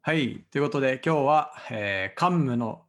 はい。ということで、今日は、カンムの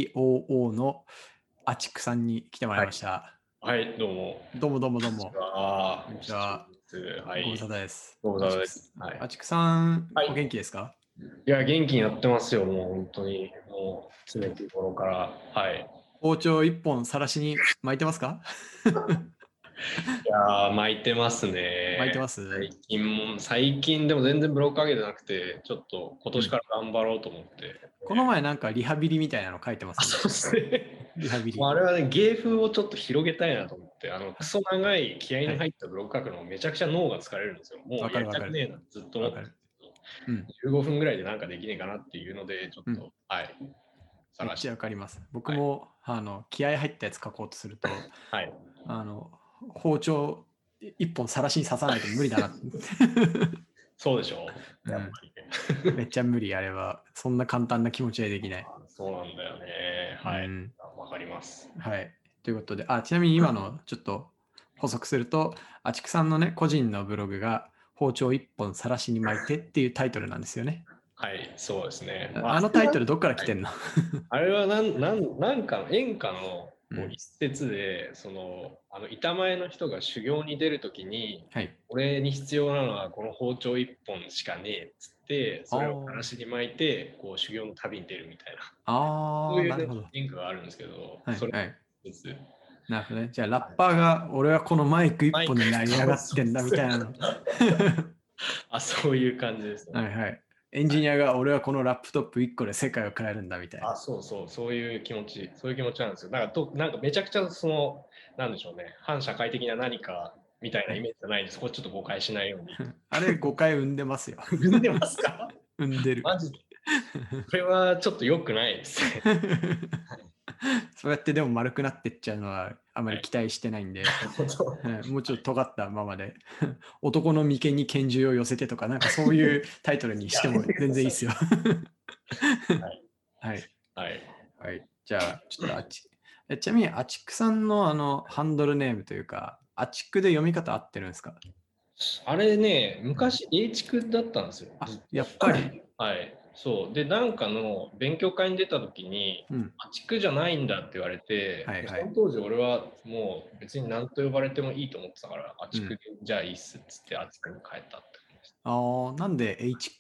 COO のアチクさんに来てもらいはい。 ました。 はい、どうも。 どうもどうもどうこんにちも。 は。 こんにお久しぶちは。 りです。はご無沙い。 汰です。 ご無沙汰です。はい。 アチクさん、 はい。 お元気ですか？ いや、元気にやってますよ、もう本当に。もう、常日頃から。はい。 包丁一本さらしに巻いてますか？ いやー、巻いてます巻いてね。 ます。 最近でも全然ブロック上げてなくて、ちょっと今うん。 年から頑張ろうと思って。 この前なんかリハビリみたいなの書いてまあ、 せんでした？ そうですね。 リハビもうリ。 あれはね、芸風をちょっと広げたいなと思って、クソ長い気合はい。 の入ったブロック書くのめちゃくちゃ脳が疲れるんですよ。もうやりわかるわかる。 たくねえなってずっと思ってたんでわかる。 すけど、 うん。 15分ぐらいでなんかできねえかなっていうので、ちょっうん。 と、はい、 めっちゃ探して。 わかります。僕はい。 も、気合入ったやつ書こうとすると、 はい。 あの、包丁一本さらしに刺さないと無理だな。 そうでしょう。やっぱうん。 りね。 めっちゃ無理、あれは。そんな簡単な気持ちでできない。 そうなんだよね。はい。 うん。 わかります。 はい。ということで、ちなみに今のちょっと補足すると、あちくさんのね、個人のブログが、包丁一本さらしに巻いてっていうタイトルなんですよね。 はい、そうですね。まあ、 あのタイトルどっからはい、 来てんの？ あれはなんかの演歌のうん。 一節で、板前の人が修行に出るときに、 はい。 俺に必要なのはこの包丁一本しかねえっつって、それをからしに巻いて、こう修行の旅に出るみたいな、そういうね、 なるほど。 演歌があるんですけど、 はい、 それはい。 です。 なるほどね。じゃあ、ラッパーが、俺はこのマイク一マイク、 本で成り上そうがってんだみそうそう。 たいなの。 あ、そういう感じですね。 はいはい。エンジニアが、俺はこのラップトップ一個で世界を変えるんだみたいな。 あ、そうそう、そういう気持ちなんですよ。なんかめちゃくちゃなんでしょうね、反社会的な何かみたいはい。 なイメージじゃないんです。これちょっと誤解しないように。 あれ誤解生んでますよ。 踏んでますか？ 生んでる。 マジで。これはちょっと良くないですね。 そうやってでも丸くなってっちゃうのはあまはい。 り期待してないんで、 そうはい、もうちょっと尖ったままで、男の眉間に拳銃を寄せてとか、なんかそういうタイトルにしてやめもてください。 全然いいですよ。 はい。 はい。 はい。 はい。じゃあ、ちょっとちなみに、あちくさんのハンドルネームというか、あちくで読み方合ってるんですか？ あれね、 うん。 昔、英畜だったんですよ、ずっやと。 っぱり。 はい。そう。で、なんかの勉強会に出た時に、 うん。 あちくじゃないんだって言われて、 はいはい。 その当時俺はもう別に何と呼ばれてもいいと思ってたから、あちくうん。 でじゃあいいっすっつってあちくに変えたって感じです。 なんで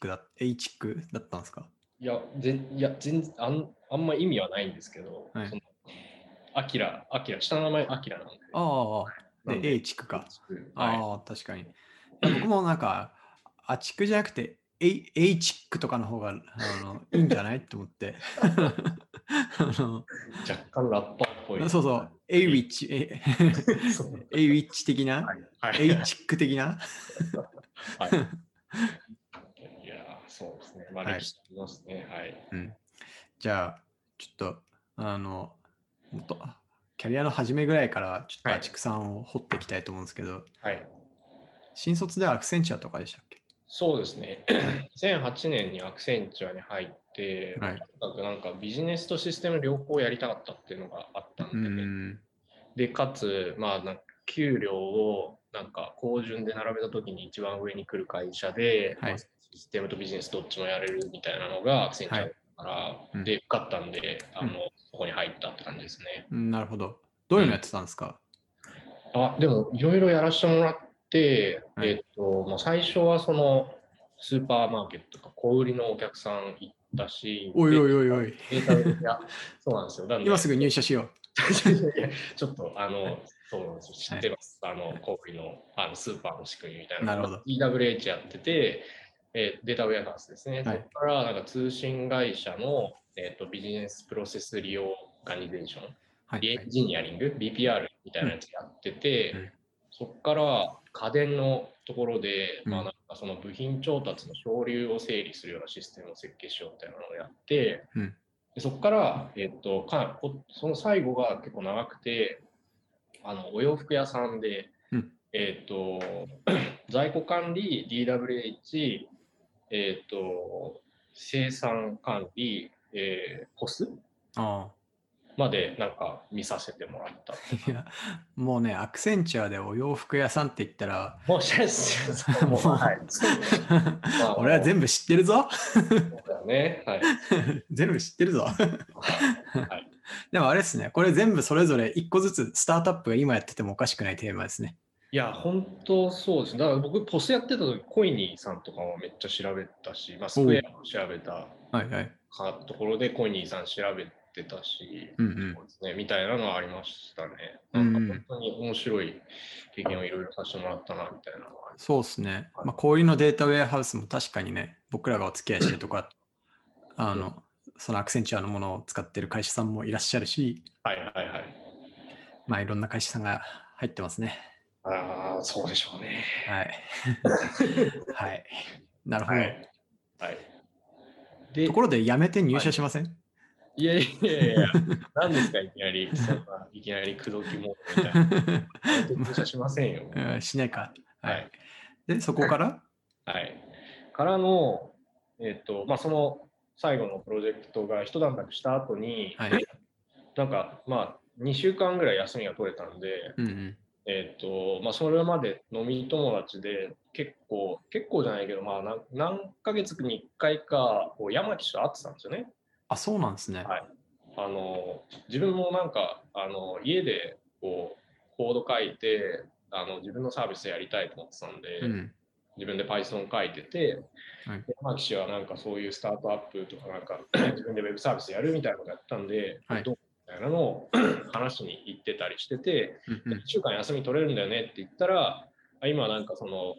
H だったんですか？ 全然あんま意味はないんですけど、 はい。 下の名前アキラなんで。 で、 なんで、 A 地区か。 はい。 確かに。いや、僕もなんか、地区じゃなくて、A チックとかの方が、いいんじゃないと思って。あ若干ラッパーっぽい。 そうそう、A ウィッチ、 そう。 A ウィッチ的なはい。は ?A い。 チック的な。 はい。いやー、そうですね。まあはい。 歴史ありますね。はい。 うん。じゃあ、ちょっと、もっと、キャリアの初めぐらいから、ちょっとはい。 あちくさんを掘っていきたいと思うんですけど、 はい。 新卒でアクセンチャーとかでしたっけ？ そうですね。 はい。 2008年にアクセンチュアに入って、まあ、とはい。 にかくなんかビジネスとシステム両方やりたかったっていうのがあったうーんで、 ん。 で、かつ、まあ、なんか給料をなんか高順で並べたときに一番上に来る会社で、まあ、 はい。 システムとビジネスどっちもやれるみたいなのがアクセンチュアだっはい。 たから、 うん。 で、受かったんで、 うん。 そこに入ったって感じですね。 なるほど。どううん。 いうのやってたんですか？ でも、いろいろやらせてもらって、 はい。 まあ、最初はスーパーマーケットとか小売りのお客さん行ったし、 おいで、 おいおいおい。 そうなんですよ。なんで、 今すぐ入社しよちょっと、 う。はい。 そうなんですよ。知はい。 ってます。小売りの、スーパーの仕組みみたいなのを、 なるほど。 EWH やってて、データウェアハウスですね。 はい。 そこからなんか通信会社の、ビジネスプロセス利用ガニゼーション、 はい。はい。 エンジニアリング、BPR みたいなやうん。 つやってて、 うん。 そこから家電のところで、まあ、なうん。 んかその部品調達の省流を整理するようなシステムを設計しようみたいなのをやって、 うん。 でそこから、その最後が結構長くて、お洋服屋さんで、 うん。 在庫管理、DWH、生産管理、コスああ。 までなんか見させてもらった。 いや、もうね、アクセンチュアでお洋服屋さんって言ったら、 もうシャツ、もう、はい。まあ、 俺は全部知ってるぞ。 そうだよね。はい。 全部知ってるぞ。 はい。 でもあれですね、これ全部それぞれ1個ずつスタートアップが今やっててもおかしくないテーマですね。 いや、本当そうですね。だから僕、ポスやってた時、コイニーさんとかはめっちゃ調べたし、まあ、スクエアも調べたはいはい。 ところで、コイニーさん調べてたし、 うんそうですね、みたいなのはありましたね。 うん。 なんかうん、 本当に面白い経験をいろいろさせてもらったな、みたいなのはあります。 そうですね。 はい、 まあ、こういうのデータウェアハウスも確かにね、僕らがお付き合いしてるとか、 うん、 そのアクセンチュアのものを使ってる会社さんもいらっしゃるし、 はいはいはい。 まあいろんな会社さんが入ってますね。 ああ、そうでしょうね。 はい。はい。なるほど。 はい。はい。で、 ところで辞めて入はい、 社しません？ いやいやいやいや、何ですか、いきなり、そんな、いきなり口説きモードみたいな。やめて入社しませんよ。 しないか。ははい。 い。で、そこからはい。からの、まあ、その最後のプロジェクトが一段落した後に、 はい。 なんか、まあ、2週間ぐらい休みが取れたんで、 うんうん。 まあ、それまで飲み友達で結構じゃないけど、まあ、何ヶ月に1回か、こう山木と会ってたんですよね。 あ、そうなんですね。 はい。自分もなんか、家でこう、コード書いて、自分のサービスやりたいと思ってたんで、 うん。 自分で Python 書いてて、 はい。 山木氏はなんかそういうスタートアップとかなんか自分でウェブサービスやるみたいなことやったんで、 はい。 どうみたいなのを話しに行ってたりしてて、 うんうん。 1週間休み取れるんだよねって言ったら、今なんかその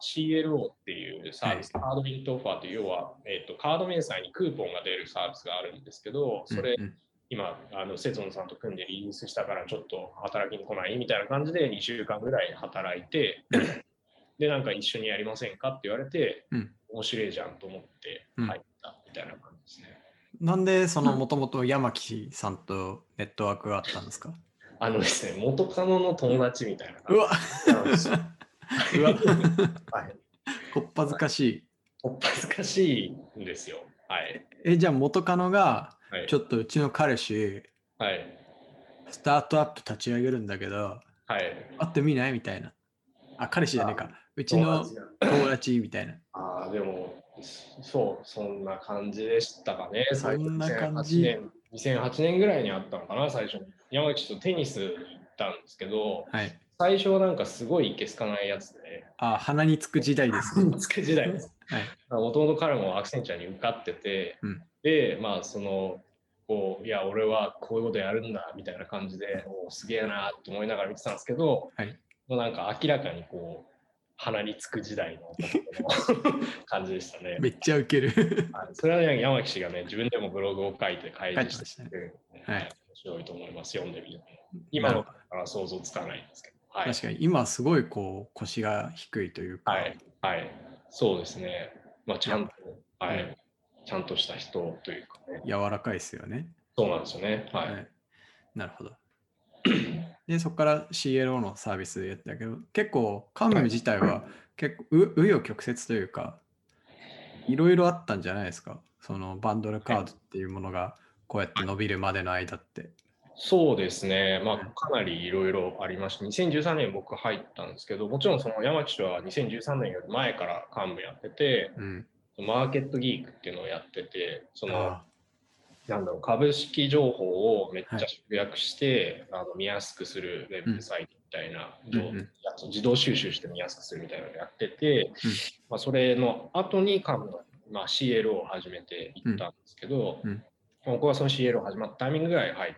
CLO っていうサービス、 はい。 カードミントオファーという要は、カード明細にクーポンが出るサービスがあるんですけど、それ、 うんうん。 今、セゾンさんと組んでリリースしたからちょっと働きに来ないみたいな感じで2週間ぐらい働いて、で、なんか一緒にやりませんかって言われて、 うん。 面白いじゃんと思って入ったみたいな感じですね。 なんで、もともと山木さんとネットワークがあったんですか？ ですね、元カノの友達みたいなうわ感じなんですよ。 うわはい。 こっぱずかしい。 おっぱずかしいんですよ。はい。 じゃあ元カノが、 はい。 ちょっとうちの彼氏、 はい。 スタートアップ立ち上げるんだけど、 はい。 会ってみないみたいな。あ、彼氏じゃねえあ、 か。うちの友達が。 友達みたいな。 ああ、でも、そう、そんな感じでしたかね。最初そんな感 2008 じ。 年、2008年ぐらいにあったのかな、最初に。山口とテニスに行ったんですけど、 はい。 最初はなんかすごいいけすかないやつで、 あ、鼻につく時代ですね。 つく時代です。 はい。 もともと彼もアクセンチャーに受かってて、 うん。 で、まあ、いや、俺はこういうことやるんだみたいな感じで、すげえなと思いながら見てたんですけど、 はい。 もうなんか明らかにこう、鼻につく時代の感じでしたね。 めっちゃウケる。 はい、それは、ね、山木氏がね、自分でもブログを書いて開書い示てましたね。 してて、 はい。 面白いと思います。読んでみると。今のなるほど。 から想像つかないんですけど。はい。 確かに今すごいこう腰が低いというか、 はい。はい。そうですね。まあ、ちゃんと、はうん、 い。ちゃんとした人というかね。 柔らかいですよね。 そうなんですよね。はい。 はい。なるほど。で、そこから CLO のサービスやったけど、結構カムはい、 自体は結構紆余曲折というか、いろいろあったんじゃないですか。そのバンドルカードっていうものがこうやって伸びるまでの間って。 そうですね。まあ、 はい。 かなりいろいろありまして、2013年僕入ったんですけど、もちろんその山木氏は2013年より前から幹部やってて、 うん。 マーケットギークっていうのをやってて、 あなんだろう、株式情報をめっあ、はちゃい。 集約して見やすくするウェうん。 ブサイトみたいな、 うんうん自動収集して見やすくするみたいなのをやってて、 うんまあ、それの後に幹部の、まあ、CL を始めていったんですけど、 うん。 僕はその CL を始まったタイミングぐらい入って、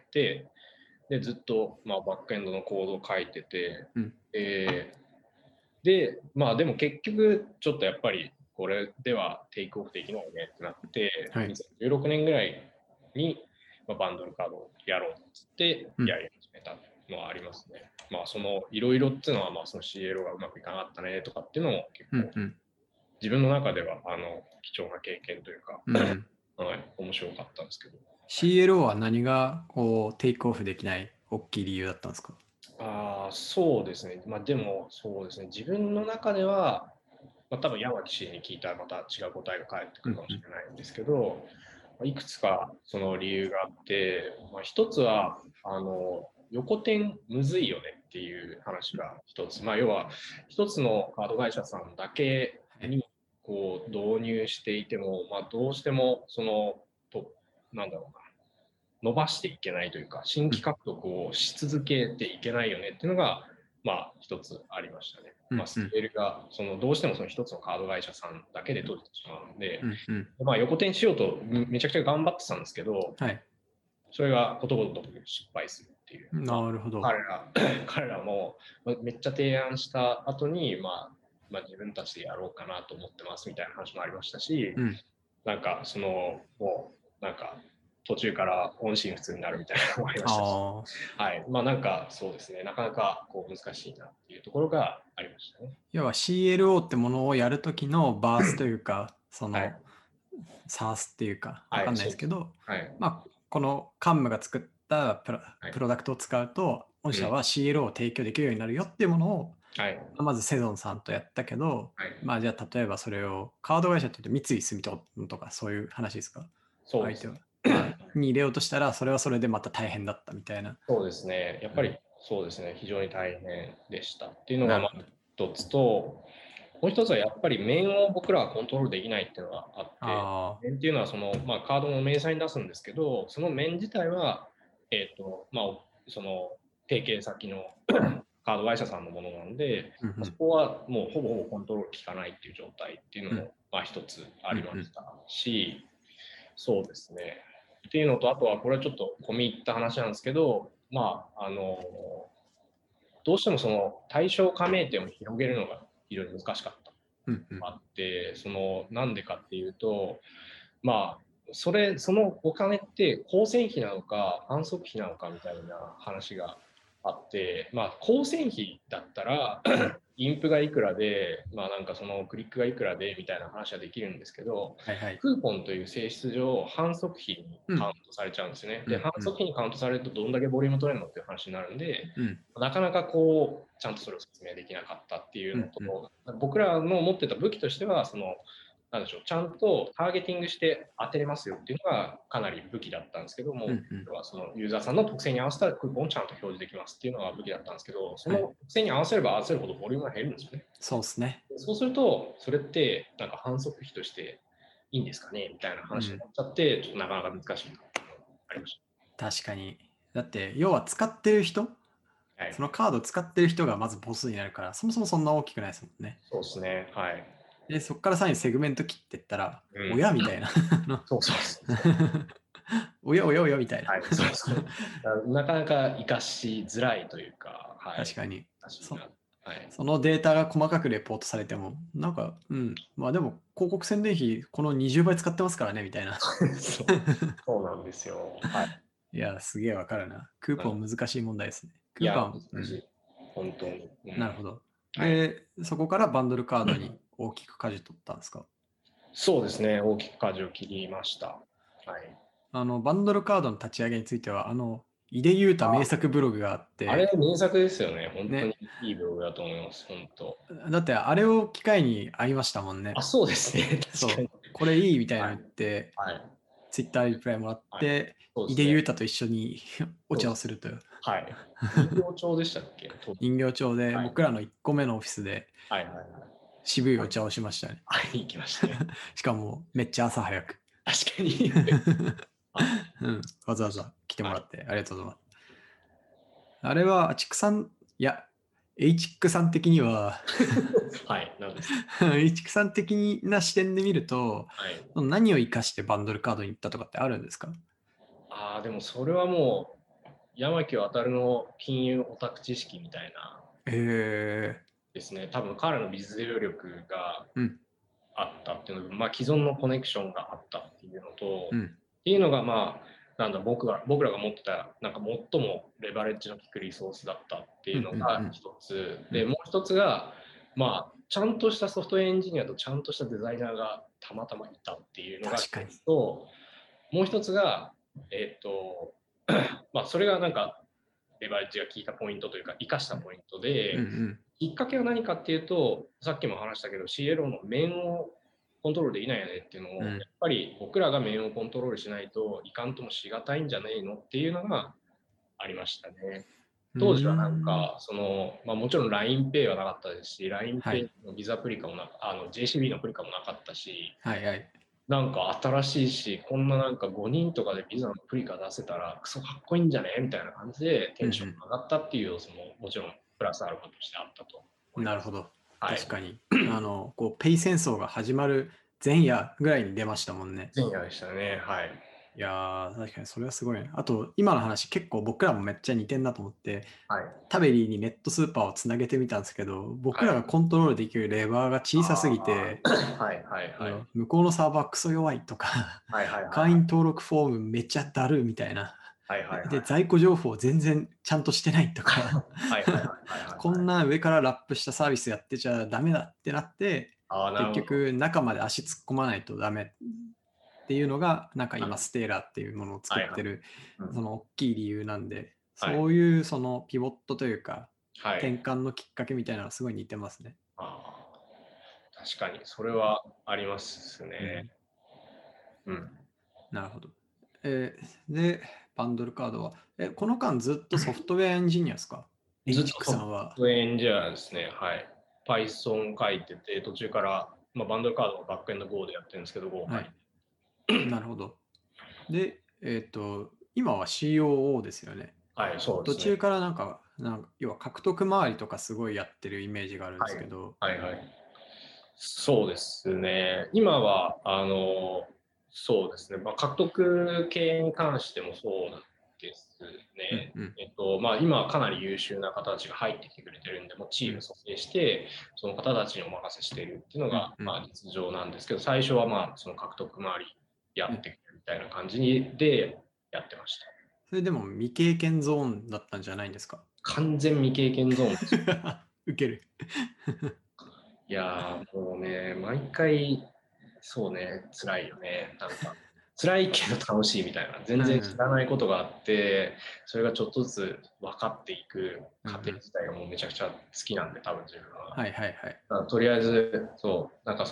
でずっと、まあ、バックエンドのコードを書いてて、 うん。 で、まあでも結局ちょっとやっぱりこれではテイクオフできないねってなって、 はい。 2016年ぐらいに、まあ、バンドルカードをやろうっつってやり始めたのはありますね。まあそのいろいろっていうのは、まあその CL がうまくいかなかったねとかっていうのも結構、自分の中では貴重な経験というか、 うんうん。 はい、面白かったんですけど。 CLO は何がこうテイクオフできない大きい理由だったんですか？ そうですね。まあでもそうですね。自分の中では、まあ、多分山木氏に聞いたらまた違う答えが返ってくるかもしれないんですけど、 いくつかその理由があって、一つは横転むずいよねっていう話が一つ、要は一つのカード会社さんだけにこう導入していても、どうしてもなんだろうな、伸ばしていけないというか、新規獲得をし続けていけないよねっていうのが、一つありましたね。スケールがどうしてもその一つのカード会社さんだけで閉じてしまうので、横転しようとめちゃくちゃ頑張ってたんですけど、それがことごとく失敗するっていう。 なるほど。 彼らもめっちゃ提案した後に、自分たちでやろうかなと思ってますみたいな話もありましたし、なんかもうなんか途中から音信不通になるみたいなのもありましたし、なんかそうですね、なかなかこう難しいなっていうところがありましたね。 要は CLO ってものをやるときのバースというか、SARS っていうか、わかんないですけど、このカンムが作ったプロダクトを使うと、御社は CLO を提供できるようになるよっていうものを、まずセゾンさんとやったけど、じゃあ例えばそれをカード会社って言うと三井住友とかそういう話ですか？ そうですね。 に入れようとしたら、それはそれでまた大変だったみたいな。 そうですね。やっぱりそうですね。非常に大変でしたっていうのが一つと、もう一つはやっぱり面を僕らはコントロールできないっていうのがあって、面っていうのはカードの明細に出すんですけど、その面自体は、その提携先のカード会社さんのものなんで、そこはもうほぼほぼコントロール効かないっていう状態っていうのも一つありましたし、そうですね。っていうのと、あとはこれはちょっと込み入った話なんですけど、どうしてもその対象加盟店を広げるのが非常に難しかったあって、なんでかっていうと、そのお金って構成費なのか反則費なのかみたいな話があって、構成費だったらインプがいくらで、なんかそのクリックがいくらでみたいな話はできるんですけど、クーポンという性質上反則費にカウントされちゃうんですね。で、反則費にカウントされるとどんだけボリューム取れるのっていう話になるんで、なかなかこうちゃんとそれを説明できなかったっていうのと、僕らの持ってた武器としてはなんでしょう、ちゃんとターゲティングして当てれますよっていうのがかなり武器だったんですけども、そのユーザーさんの特性に合わせたクーポンをちゃんと表示できますっていうのが武器だったんですけど、その特性に合わせれば合わせるほどボリュームが減るんですよね。 そうですね。 そうすると、それってなんか反則費としていいんですかねみたいな話になっちゃって、ちょっとなかなか難しいなっていうのがありました。 確かに。だって、要は使ってる人、そのカードを使ってる人がまずボスになるから、そもそもそんな大きくないですもんね。 そうですね。はい。 で、そこからさらにセグメント切っていったら、親みたいな。 そう。 親みたいな。 なかなか活かしづらいというか、 確かに。 はい、 そのデータが細かくレポートされても、なんか、でも広告宣伝費この20倍使ってますからね、みたいな。 そうなんですよ。 いや、すげえわかるな。クーポン難しい問題ですね。 クーポン難しい。本当に。 なるほど。で、そこからバンドルカードに大きく舵取ったんですか？ そうですね、大きく舵を切りました。 バンドルカードの立ち上げについては、井出優太名作ブログがあって。 あれ名作ですよね。本当にいいブログだと思います。本当。 だってあれを機会に会いましたもんね。 そうですね。確かに。 これいいみたいなの言って、ツイッターリプライもらって、井出優太と一緒にお茶をするという。 人形町でしたっけ？ 人形町で、僕らの1個目のオフィスで、渋いお茶をしましたね。 行きましたね。 しかも、めっちゃ朝早く。 確かに。 わざわざ来てもらって、ありがとうございます。あれは、畜産、いや、HIC さん的には、 なんです。 HIC さん的な視点で見ると、何を生かしてバンドルカードに行ったとかってあるんですか？ でもそれはもう、山木渡の金融オタク知識みたいな。ですね。多分彼のビジネス力があったっていうのが、既存のコネクションがあったっていうのと、っていうのが僕らが持ってたなんか最もレバレッジの効くリソースだったっていうのが一つ、でもう一つがちゃんとしたソフトウェアエンジニアとちゃんとしたデザイナーがたまたまいたっていうのが一つと、もう一つがそれがなんかレバレッジが効いたポイントというか生かしたポイントで、きっかけは何かっていうと、さっきも話したけど CLO の面をコントロールできないよねっていうのをやっぱり僕僕らが面をコントロールしないといかんともしがたいんじゃねえのっていうのがありましたね。当時はなんかもちろん LINEPay はなかったですし、LINEPay のビザプリカもJCB のプリカもなかったし、なんか新しいし、こんななんか5人とかでビザのプリカ出せたらクソかっこいいんじゃねみたいな感じでテンションが上がったっていう要素ももちろんプラスアルファとしてあったと思います。 なるほど。確かに。ペイ戦争が始まる前夜ぐらいに出ましたもんね。 前夜でしたね。はい。 いやー、確かにそれはすごいね。あと、今の話結構僕らもめっちゃ似てんなと思って、タベリーにネットスーパーをつなげてみたんですけど、僕らがコントロールできるレバーが小さすぎて、向こうのサーバークソ弱いとか、会員登録フォームめっちゃだるみたいな。で、在庫情報全然ちゃんとしてないとか、こんな上からラップしたサービスやってちゃダメだってなって、結局中まで足突っ込まないとダメっていうのが、なんか今ステーラーっていうものを作ってる、その大きい理由なんで、そういうそのピボットというか、転換のきっかけみたいなのはすごい似てますね。 確かに、それはありますね。 なるほど。で、バンドルカードは、この間ずっとソフトウェアエンジニアですか？ ずっとソフトウェアエンジニアですね。はい。Python 書いてて、途中から、バンドルカードのバックエンド Go でやってるんですけど、Go 書いて。なるほど。で、今は COO ですよね。 はい、そうですね。 途中からなんか要は獲得周りとかすごいやってるイメージがあるんですけど。 そうですね。今は、そうですね。獲得系に関してもそうなんですね。今はかなり優秀な方たちが入ってきてくれてるんで、もうチーム組成して、その方たちにお任せしているっていうのが、実情なんですけど、最初はその獲得周りやってくるみたいな感じでやってました。 それでも未経験ゾーンだったんじゃないんですか？ 完全未経験ゾーンです。 ウケる。 いやー、もうね、毎回、そうね、辛いよね。なんか、辛いけど楽しいみたいな、全然知らないことがあって、それがちょっとずつ分かっていく過程自体がもうめちゃくちゃ好きなんで、多分自分は。とりあえず、そう、なんか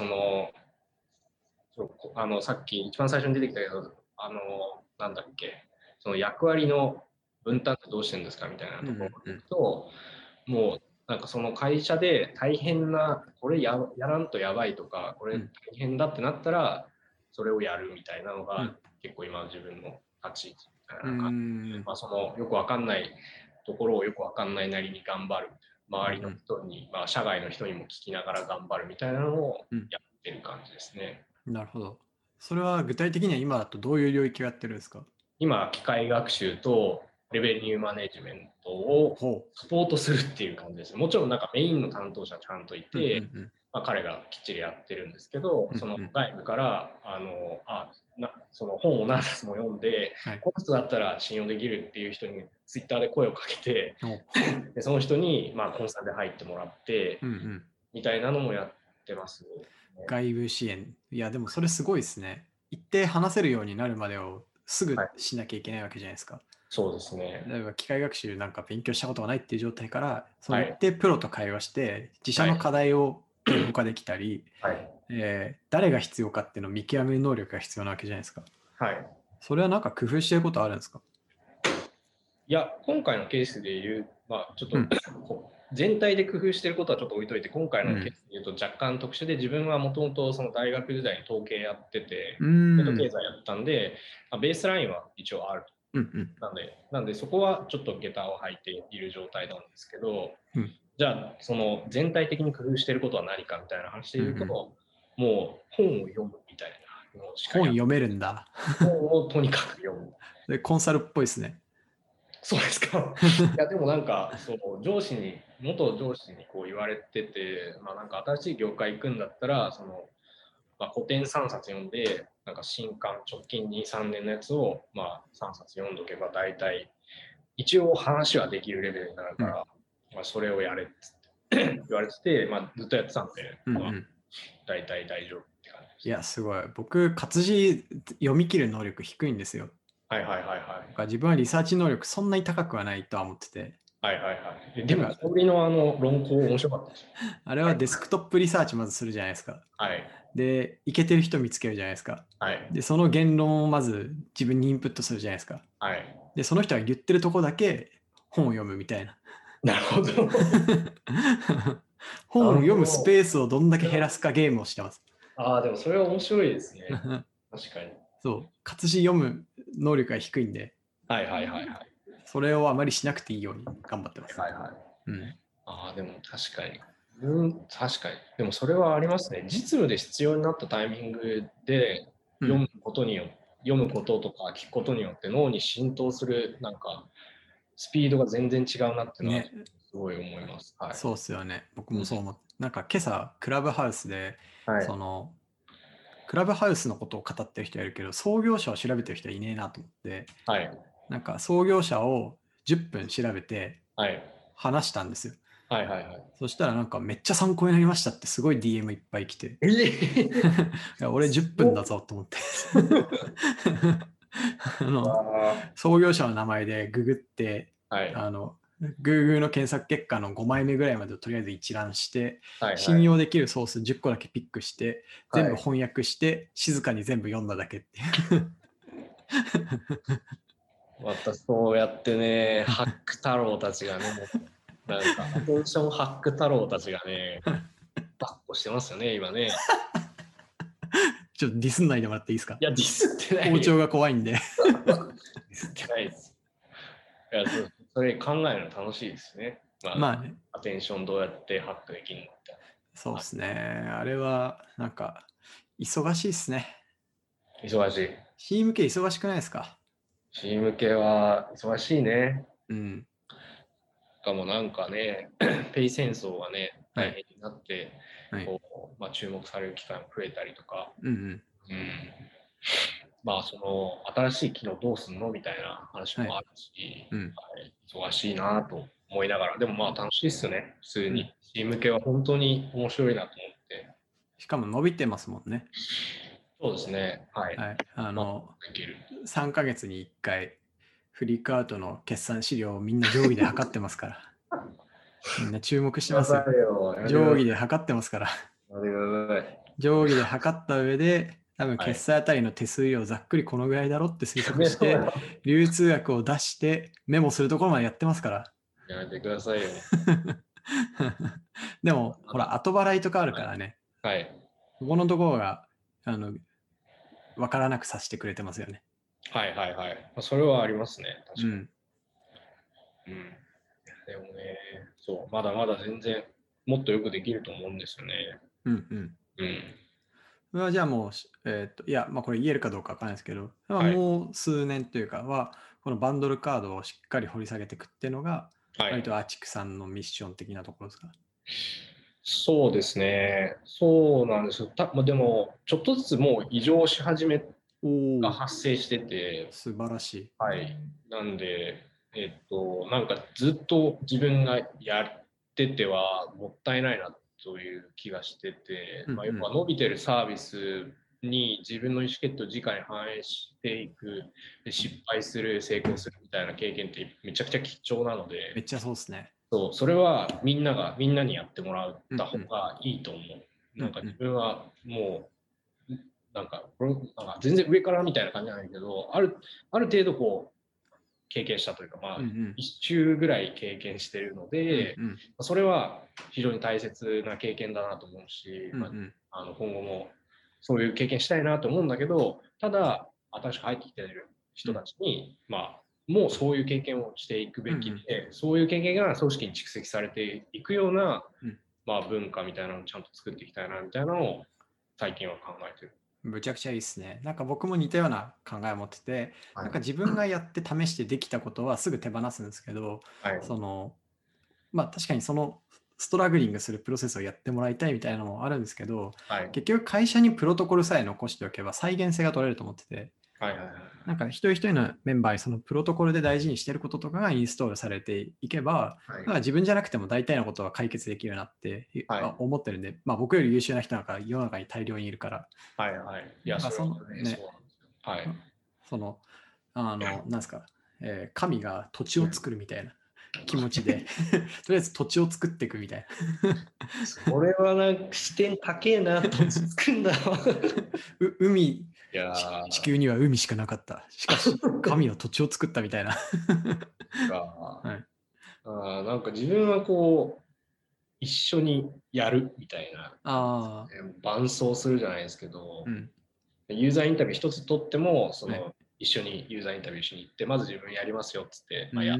さっき一番最初に出てきたけど、なんだっけ、その役割の分担ってどうしてるんですかみたいなところに行くと、もう、なんかその会社で大変な、これやらんとやばいとか、これ大変だってなったら、それをやるみたいなのが、結構今自分の立ち位置みたいな感じで、そのよくわかんないところをよくわかんないなりに頑張る。周りの人に、社外の人にも聞きながら頑張るみたいなのをやってる感じですね。 なるほど。それは具体的には今だとどういう領域をやってるんですか？ 今、機械学習とレベニューマネジメントをサポートするっていう感じです。もちろんなんかメインの担当者ちゃんといて、彼がきっちりやってるんですけど、その外部からその本を何冊も読んで、この人だったら信用できるっていう人にツイッターで声をかけて、でその人にコンサルで入ってもらって、みたいなのもやってます、ね。 外部支援。いや、でもそれすごいですね。一定話せるようになるまでをすぐしなきゃいけないわけじゃないですか。 そうですね。 例えば機械学習なんか勉強したことがないっていう状態から、その一定プロと会話して、自社の課題を言語化できたり、誰が必要かっていうのを見極める能力が必要なわけじゃないですか。それはなんか工夫してることあるんですか？ いや、今回のケースで言う、ちょっと、全体で工夫してることはちょっと置いといて、今回のケースで言うと若干特殊で、自分はもともとその大学時代に統計やってて、経済やったんで、ベースラインは一応ある。なんでそこはちょっと下駄を履いている状態なんですけど、じゃあその全体的に工夫してることは何かみたいな話で言うと、もう本を読むみたいな。 本読めるんだ。 本をとにかく読む。 でコンサルっぽいですね。 そうですか。いやでもなんか元上司にこう言われてて、なんか新しい業界行くんだったら古典3冊読んで、なんか新刊直近2、3年のやつを3冊読んどけば大体一応話はできるレベルになるから、それをやれって言われてて、ずっとやってたんで、大体大丈夫って感じです。 いやすごい。僕活字読み切る能力低いんですよ。自分はリサーチ能力そんなに高くはないとは思ってて。 はいはいはい。でも、氷の論考面白かったですよ。 あれはデスクトップリサーチまずするじゃないですか。 はい。 で、イケてる人見つけるじゃないですか。 はい。 で、その言論をまず自分にインプットするじゃないですか。 はい。 で、その人が言ってるとこだけ本を読むみたいな。 なるほど。 本を読むスペースをどんだけ減らすかゲームをしてます。 ああ、でもそれは面白いですね。確かに。 そう、活字読む能力が低いんで、 はいはいはいはい。 それをあまりしなくていいように頑張ってます。 はいはい。 うん、 ああ、でも確かに。確かに。でもそれはありますね。実務で必要になったタイミングで読むことによって、読むこととか聞くことによって脳に浸透するなんかスピードが全然違うなってのはすごい思います。はい、 そうっすよね。僕もそう思って。なんか今朝、クラブハウスで、 はい、 その、クラブハウスのことを語ってる人いるけど、創業者を調べてる人はいねえなと思って、 はい、 なんか創業者を10分調べて話したんですよ。 はいはいはい。 そしたらなんかめっちゃ参考になりましたってすごい DM いっぱい来て。俺10分だぞと思って。創業者の名前でググって、 はい、 Google の検索結果の5枚目ぐらいまでとりあえず一覧して、 はいはい、 信用できるソース10個だけピックして、全部翻訳して、静かに全部読んだだけっていう。 またそうやってね、ハック太郎たちがね、なんかアテンションハック太郎たちがね、バッコしてますよね、今ね。 ちょっとディスんないでもらっていいですか？ いや、ディスってない。 包丁が怖いんで。 ディスってないです。いや、それ考えるの楽しいですね。 まあね。 アテンションどうやってハックできるのみたいな。 そうですね。あれは、なんか、忙しいっすね。 忙しい。 CM 系忙しくないですか？ CM 系は忙しいね。 うん。 しかもなんかね、ペイ戦争がね、大変になって、 はい、 こう注目される機会も増えたりとか、 うんうん。 まあその新しい機能どうすんのみたいな話もあるし、忙しいなと思いながら、でもまあ楽しいっすね、普通に。CM 系は本当に面白いなと思って。 しかも伸びてますもんね。 そうですね。はい。 3ヶ月に1回、フリークアウトの決算資料をみんな定規で測ってますから。みんな注目してますよ。定規で測ってますから。定規で測った上で、多分決済あたりの手数料ざっくりこのぐらいだろって推測して、流通額を出してメモするところまでやってますから。 やめてくださいよ。 でも、ほら、後払いとかあるからね。 はい。 ここのところが、わからなくさせてくれてますよね。 はいはいはい。それはありますね。確かに。でもね、そう、まだまだ全然もっとよくできると思うんですよね。 じゃあもう、いや、まあこれ言えるかどうかわからないですけど、もう数年というかは、このバンドルカードをしっかり掘り下げていくっていうのが、割とアーチクさんのミッション的なところですか？ そうですね。そうなんですよ。でも、ちょっとずつもう異常し始めが発生してて。 素晴らしい。 はい。なんで、なんかずっと自分がやっててはもったいないなという気がしてて、要は伸びてるサービスに自分の意思決定を直に反映していく、で失敗する、成功するみたいな経験ってめちゃくちゃ貴重なので、 めっちゃそうですね。 それはみんなにやってもらった方がいいと思う。なんか自分はもう、なんか全然上からみたいな感じじゃないけど、ある程度こう、経験したというか、まあ、一周ぐらい経験してるので、それは非常に大切な経験だなと思うし、今後もそういう経験したいなと思うんだけど、ただ、新しく入ってきている人たちに、もうそういう経験をしていくべきで、そういう経験が組織に蓄積されていくような、文化みたいなのをちゃんと作っていきたいなみたいなのを最近は考えてる。 むちゃくちゃいいですね。なんか僕も似たような考えを持ってて、なんか自分がやって試してできたことはすぐ手放すんですけど、確かにそのストラグリングするプロセスをやってもらいたいみたいなのもあるんですけど、結局会社にプロトコルさえ残しておけば再現性が取れると思ってて、なんか一人一人のメンバーにそのプロトコルで大事にしてることとかがインストールされていけば、自分じゃなくても大体のことは解決できるなって思ってるんで、僕より優秀な人なんか世の中に大量にいるから。 いや、 なんですか、神が土地を作るみたいな。 気持ちでとりあえず土地を作っていくみたいな。それはなんか視点高えな、土地作るんだ海、地球には海しかなかった。しかし神は土地を作ったみたいなはい、なんか自分はこう一緒にやるみたいな、伴走するじゃないですけど、ユーザーインタビュー一つ取っても一緒にユーザーインタビューしに行って、まず自分やりますよっつって、やって、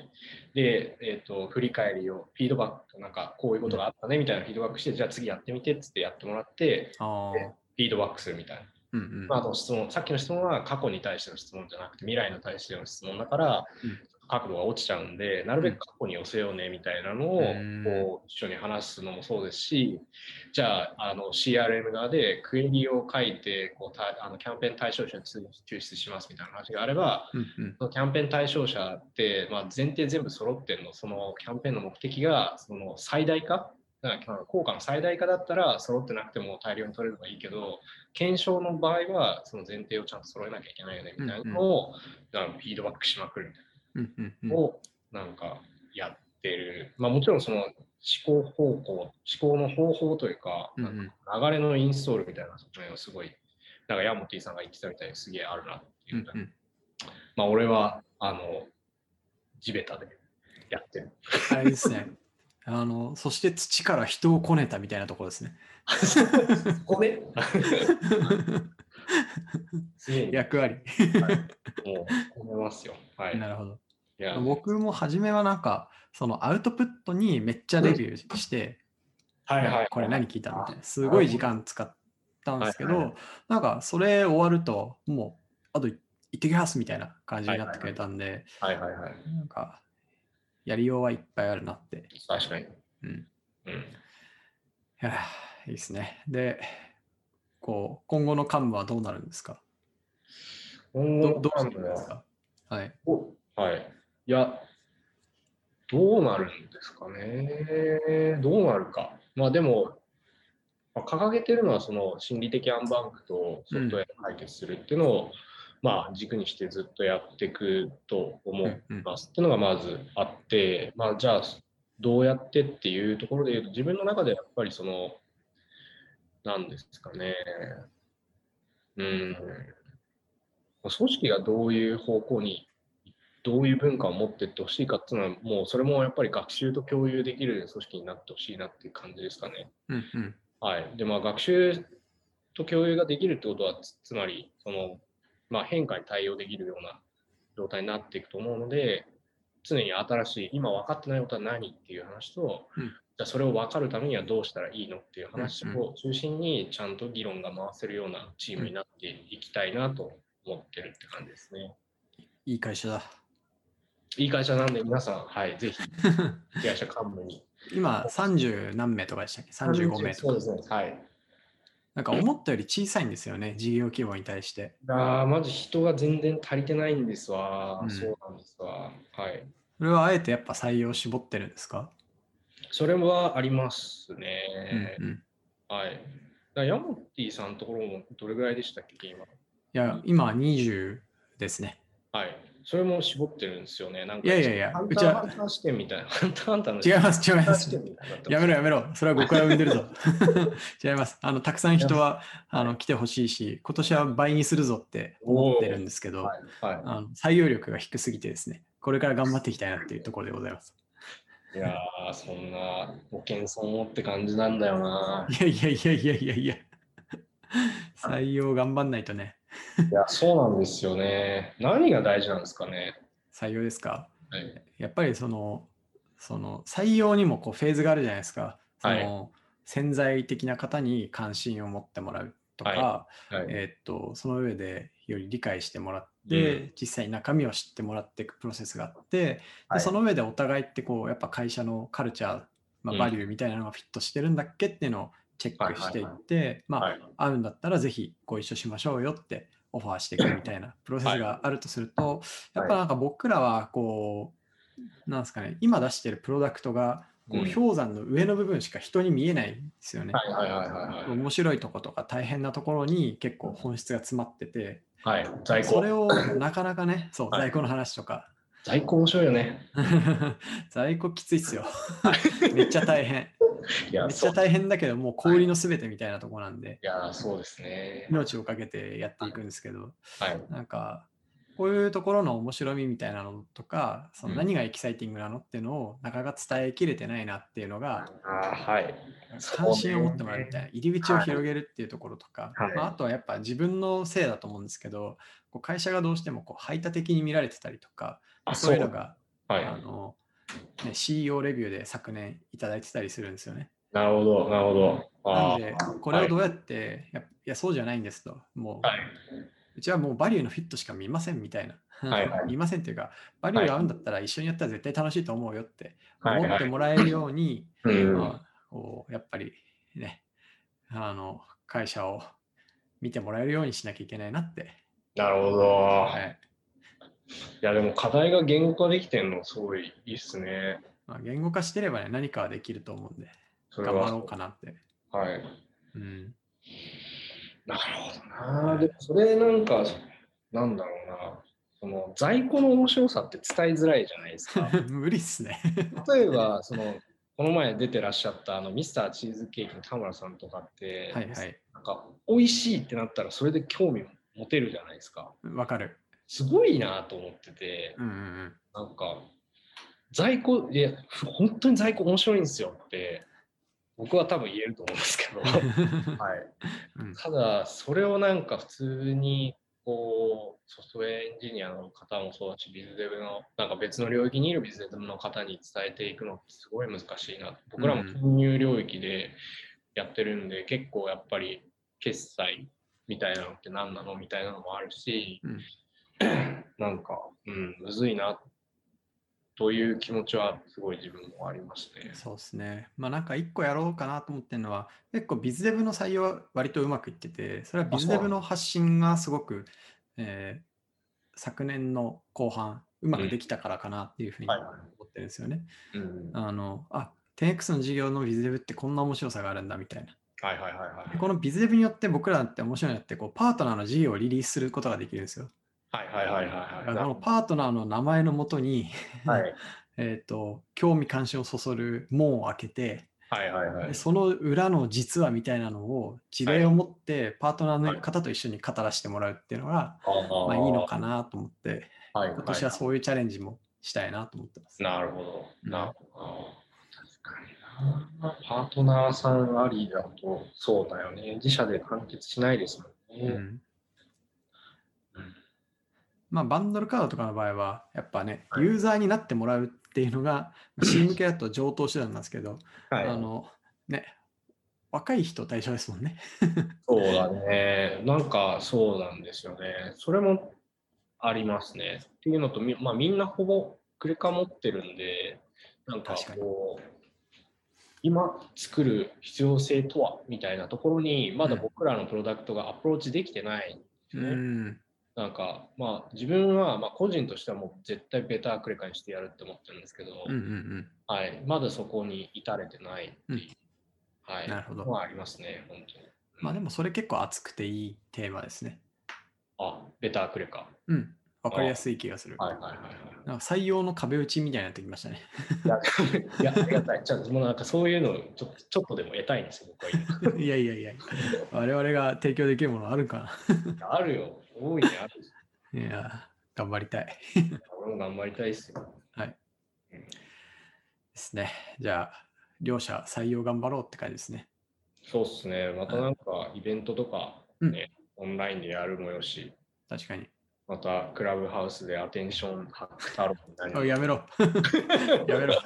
で、振り返りを、フィードバック、なんかこういうことがあったねみたいなフィードバックして、じゃあ次やってみてっつってやってもらって、フィードバックするみたいな。あと質問、さっきの質問は過去に対しての質問じゃなくて、未来に対しての質問だから、角度が落ちちゃうんで、なるべく過去に寄せようねみたいなのをこう一緒に話すのもそうですし、じゃあCRM 側でクエリを書いてこうキャンペーン対象者に抽出しますみたいな話があれば、そのキャンペーン対象者って、前提全部揃ってるの、そのキャンペーンの目的がその最大化、効果の最大化だったら揃ってなくても大量に取れればいいけど、検証の場合はその前提をちゃんと揃えなきゃいけないよねみたいなのをフィードバックしまくるみたいな。をなんかやってる。もちろんその思考の方法というか、なんか流れのインストールみたいな側面はすごい、なんかヤモティさんが言ってたみたいにすげえあるなっていう。俺は地べたでやってる。 あれですね。そして土から人をこねたみたいなところですね。 こね役割。 もうこねますよ。はい。 なるほど。僕も初めはなんか、そのアウトプットにめっちゃレビューして、これ何聞いたみたいな、すごい時間使ったんですけど、なんかそれ終わると、もう、あと行ってきますみたいな感じになってくれたんで、なんか、やりようはいっぱいあるなって。 確かに。 いや、いいですね。で、今後の幹部はどうなるんですか？ どうしてるんですか？はい。 いや、どうなるんですかね。どうなるか。でも、掲げてるのはその心理的アンバンクとソフトウェアで解決するっていうのを、軸にしてずっとやっていくと思いますっていうのがまずあって、じゃあどうやってっていうところで言うと、自分の中でやっぱりなんですかね。組織がどういう方向に、どういう文化を持っていってほしいかっていうのは、もうそれもやっぱり学習と共有できる組織になってほしいなっていう感じですかね。はい。で、学習と共有ができるってことは、つまり、変化に対応できるような状態になっていくと思うので、常に新しい、今分かってないことは何っていう話と、じゃあそれを分かるためにはどうしたらいいのっていう話を中心にちゃんと議論が回せるようなチームになっていきたいなと思ってるって感じですね。 いい会社だ。 いい会社なんで皆さん、はい、ぜひ、会社幹部に。 今、30何名とかでしたっけ？ 35 名とか。 そうですね。はい。 なんか思ったより小さいんですよね、事業規模に対して。 まず人が全然足りてないんですわ。そうなんですわ。はい。 それはあえてやっぱ採用絞ってるんですか？ それはありますね。はい。ヤモティさんのところもどれぐらいでしたっけ、今。 いや、今20ですね。 はい。それも絞ってるんですよね。なんか、 いや、 うちはハンター視点みたいな。ハンターの違います。やめろ。それは誤解を生んでるぞ。違います。たくさん人は来てほしいし、今年は倍にするぞって思ってるんですけど、採用力が低すぎてですね、これから頑張っていきたいなっていうところでございます。 いやー、そんなご謙遜をって感じなんだよな。 いや。採用頑張んないとね。 いや、そうなんですよね。何が大事なんですかね。 採用ですか？やっぱり採用にもフェーズがあるじゃないですか。潜在的な方に関心を持ってもらうとか、その上でより理解してもらって、実際に中身を知ってもらっていくプロセスがあって、でその上でお互いってやっぱ会社のカルチャー、バリューみたいなのがフィットしてるんだっけっていうのをチェックしていって、合うんだったらぜひご一緒しましょうよってオファーしていくみたいなプロセスがあるとすると、やっぱなんか僕らはなんですかね、今出してるプロダクトが氷山の上の部分しか人に見えないんですよね。面白いとことか大変なところに結構本質が詰まってて、それをなかなかね、在庫の話とか、 在庫面白いよね。 在庫きついっすよ。めっちゃ大変。めっちゃ大変だけど、もう氷のすべてみたいなところなんで、 いや、そうですね。 命をかけてやっていくんですけど、 はい、 なんか、こういうところの面白みみたいなのとか、その何がエキサイティングなのっていうのをなかなか伝えきれてないなっていうのが、 はい、 関心を持ってもらうみたいな、入り口を広げるっていうところとか、 はい、 あとはやっぱ自分のせいだと思うんですけど、会社がどうしても排他的に見られてたりとか、そういうのが、CEO レビューで昨年いただいてたりするんですよね。 なるほど、なるほど。 なんで、これをどうやって、いや、そうじゃないんですと。もう、うちはもうバリューのフィットしか見ませんみたいな。見ませんっていうか、バリューが合うんだったら一緒にやったら絶対楽しいと思うよって思ってもらえるように、やっぱりね、会社を見てもらえるようにしなきゃいけないなって。 なるほど。はい、いや、でも課題が言語化できてるのすごいいいっすね。 言語化してればね、何かはできると思うんで、頑張ろうかなって。 はい。 うん。 なるほどな。でもそれなんか、なんだろうな。その在庫の面白さって伝えづらいじゃないですか。 無理っすね。 例えば、この前出てらっしゃったミスターチーズケーキの田村さんとかって、なんか美味しいってなったらそれで興味持てるじゃないですか。 わかる。 すごいなと思ってて、なんか在庫、いや、本当に在庫面白いんですよって僕は多分言えると思うんですけど、はい、ただそれをなんか普通にソフトウェアエンジニアの方もそうだし、ビズデブのなんか別の領域にいるビズデブの方に伝えていくのってすごい難しいな。僕らも金融領域でやってるんで、結構やっぱり決済みたいなのって何なのみたいなのもあるし、なんか、むずいなという気持ちはすごい自分もありますね。 そうですね。なんか一個やろうかなと思ってるのは、結構ビズデブの採用は割とうまくいってて、それはビズデブの発信がすごく、昨年の後半うまくできたからかなっていうふうに思ってるんですよね。10X の事業のビズデブってこんな面白さがあるんだみたいな。このビズデブによって僕らって面白いのってパートナーの事業をリリースすることができるんですよ。このパートナーの名前のもとに興味関心をそそる門を開けて、その裏の実話みたいなのを事例を持ってパートナーの方と一緒に語らせてもらうっていうのが、いいのかなと思って、今年はそういうチャレンジもしたいなと思ってます。 なるほど。なるほど。確かにな。パートナーさんありだとそうだよね。自社で完結しないですもんね。 バンドルカードとかの場合は、やっぱね、ユーザーになってもらうっていうのが、C 向けだと上等手段なんですけど、若い人対象ですもんね。 そうだね。なんかそうなんですよね。それもありますね。っていうのと、みんなほぼクレカ持ってるんで、なんか今作る必要性とはみたいなところに、まだ僕らのプロダクトがアプローチできてないんですね。なんか自分は個人としてはもう絶対ベタークレカにしてやるって思ってるんですけど、まだそこに至れてないっていう、 なるほど。 のはありますね、本当に。 でもそれ結構熱くていいテーマですね。 ベタークレカ。 わかりやすい気がする。なんか採用の壁打ちみたいになってきましたね。 いや、ありがたい。もうなんかそういうのちょっとでも得たいんですよ、僕は。 いや。我々が提供できるものあるかな。あるよ。大いにある。 いや、頑張りたい。 俺も頑張りたいですよ。 はい。ですね。じゃあ、両者採用頑張ろうって感じですね。 そうっすね。またなんかイベントとかね、オンラインでやるもよし。 確かに。 またクラブハウスでアテンションハック太郎みたいな。 やめろ。やめろ。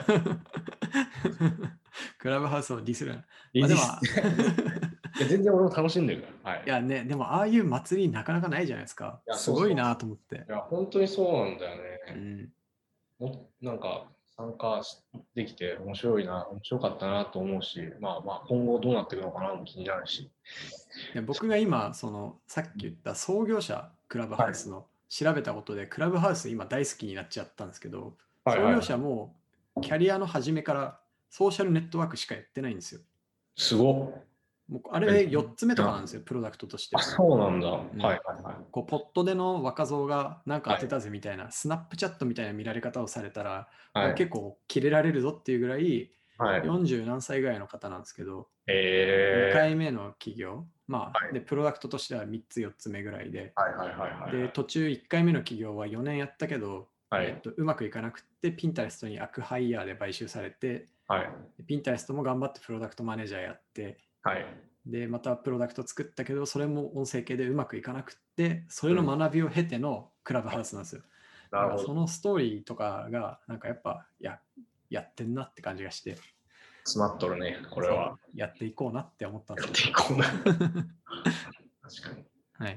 クラブハウスをディスるな。でも全然俺も楽しんでるから。 いやね、でもああいう祭りなかなかないじゃないですか。すごいなと思って。 いや、本当にそうなんだよね。なんか参加できて面白かったなと思うし、今後どうなっていくのかなも気になるし。 僕が今、さっき言った創業者クラブハウスの調べたことで、クラブハウス今大好きになっちゃったんですけど、創業者もキャリアの初めからソーシャルネットワークしかやってないんですよ。 すごっ。 もうあれ4つ目とかなんですよ、プロダクトとして。 あ、そうなんだ。はいはいはい。 こうポットでの若造がなんか当てたぜみたいな、スナップチャットみたいな見られ方をされたら、結構キレられるぞっていうぐらい、40何歳ぐらいの方なんですけど、2回目の企業、で、プロダクトとしては3つ4つ目ぐらいで、で、途中1回目の企業は4年やったけど、うまくいかなくて、ピンタレストにアクハイヤーで買収されて、ピンタレストも頑張ってプロダクトマネージャーやって、で、またプロダクト作ったけど、それも音声系でうまくいかなくて、それの学びを経てのクラブハウスなんですよ。なんかそのストーリーとかが、なんかやっぱやってんなって感じがして。 詰まっとるね、これは。 やっていこうなって思ったんですけど。やっていこうな。確かに。 はい。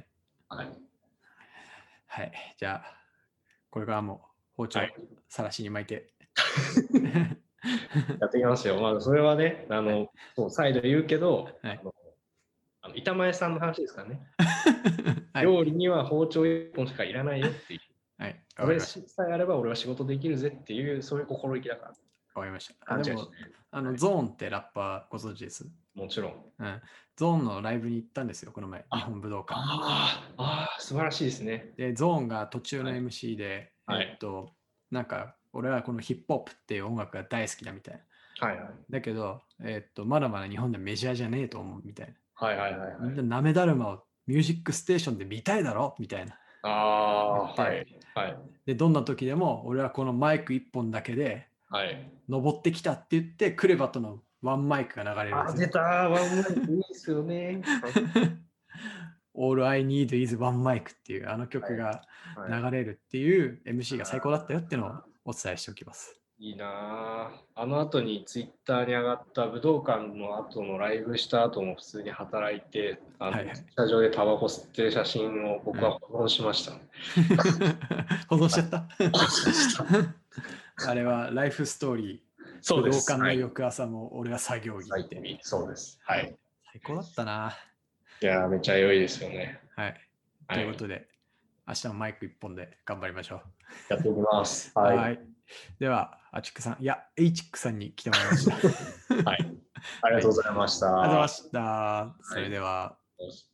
はい。じゃあ、これからも包丁さらしに巻いて。 やっていきますよ。まあ、それはね、再度言うけど、板前さんの話ですからね。料理には包丁1本しかいらないよっていう。それさえあれば俺は仕事できるぜっていう、そういう心意気だから。 わかりました。でも、ゾーンってラッパーご存知です？ もちろん。 ゾーンのライブに行ったんですよ、この前、日本武道館。 素晴らしいですね。 で、ゾーンが途中の MC で、なんか、俺はこのヒップホップっていう音楽が大好きだみたいな。だけど、まだまだ日本でメジャーじゃねえと思うみたいな。みんななめだるまをミュージックステーションで見たいだろみたいな。で、どんな時でも俺はこのマイク1本だけで登ってきたって言って、クレバとのワンマイクが流れるんですよ。 出たワンマイクいいですよね。 All I need is one mic っていうあの曲が流れるっていう MC が最高だったよっていうのをお伝えしておきます。 いいなあの後にツイッターに上がった武道館の後のライブした後も普通に働いて、スタジオでタバコ吸ってる写真を僕は保存しました。 保存しちゃったあれはライフストーリー。武道館の翌朝も俺は作業着って。 そうです。はい。 最高だったな。 いやめっちゃ良いですよね。 はい。ということで、明日もマイク1本で頑張りましょう。 やっていきます。 はい。では、アチックさん、いや、エイチックさんに来てもらいました。 はい。ありがとうございました。 ありがとうございました。それでは。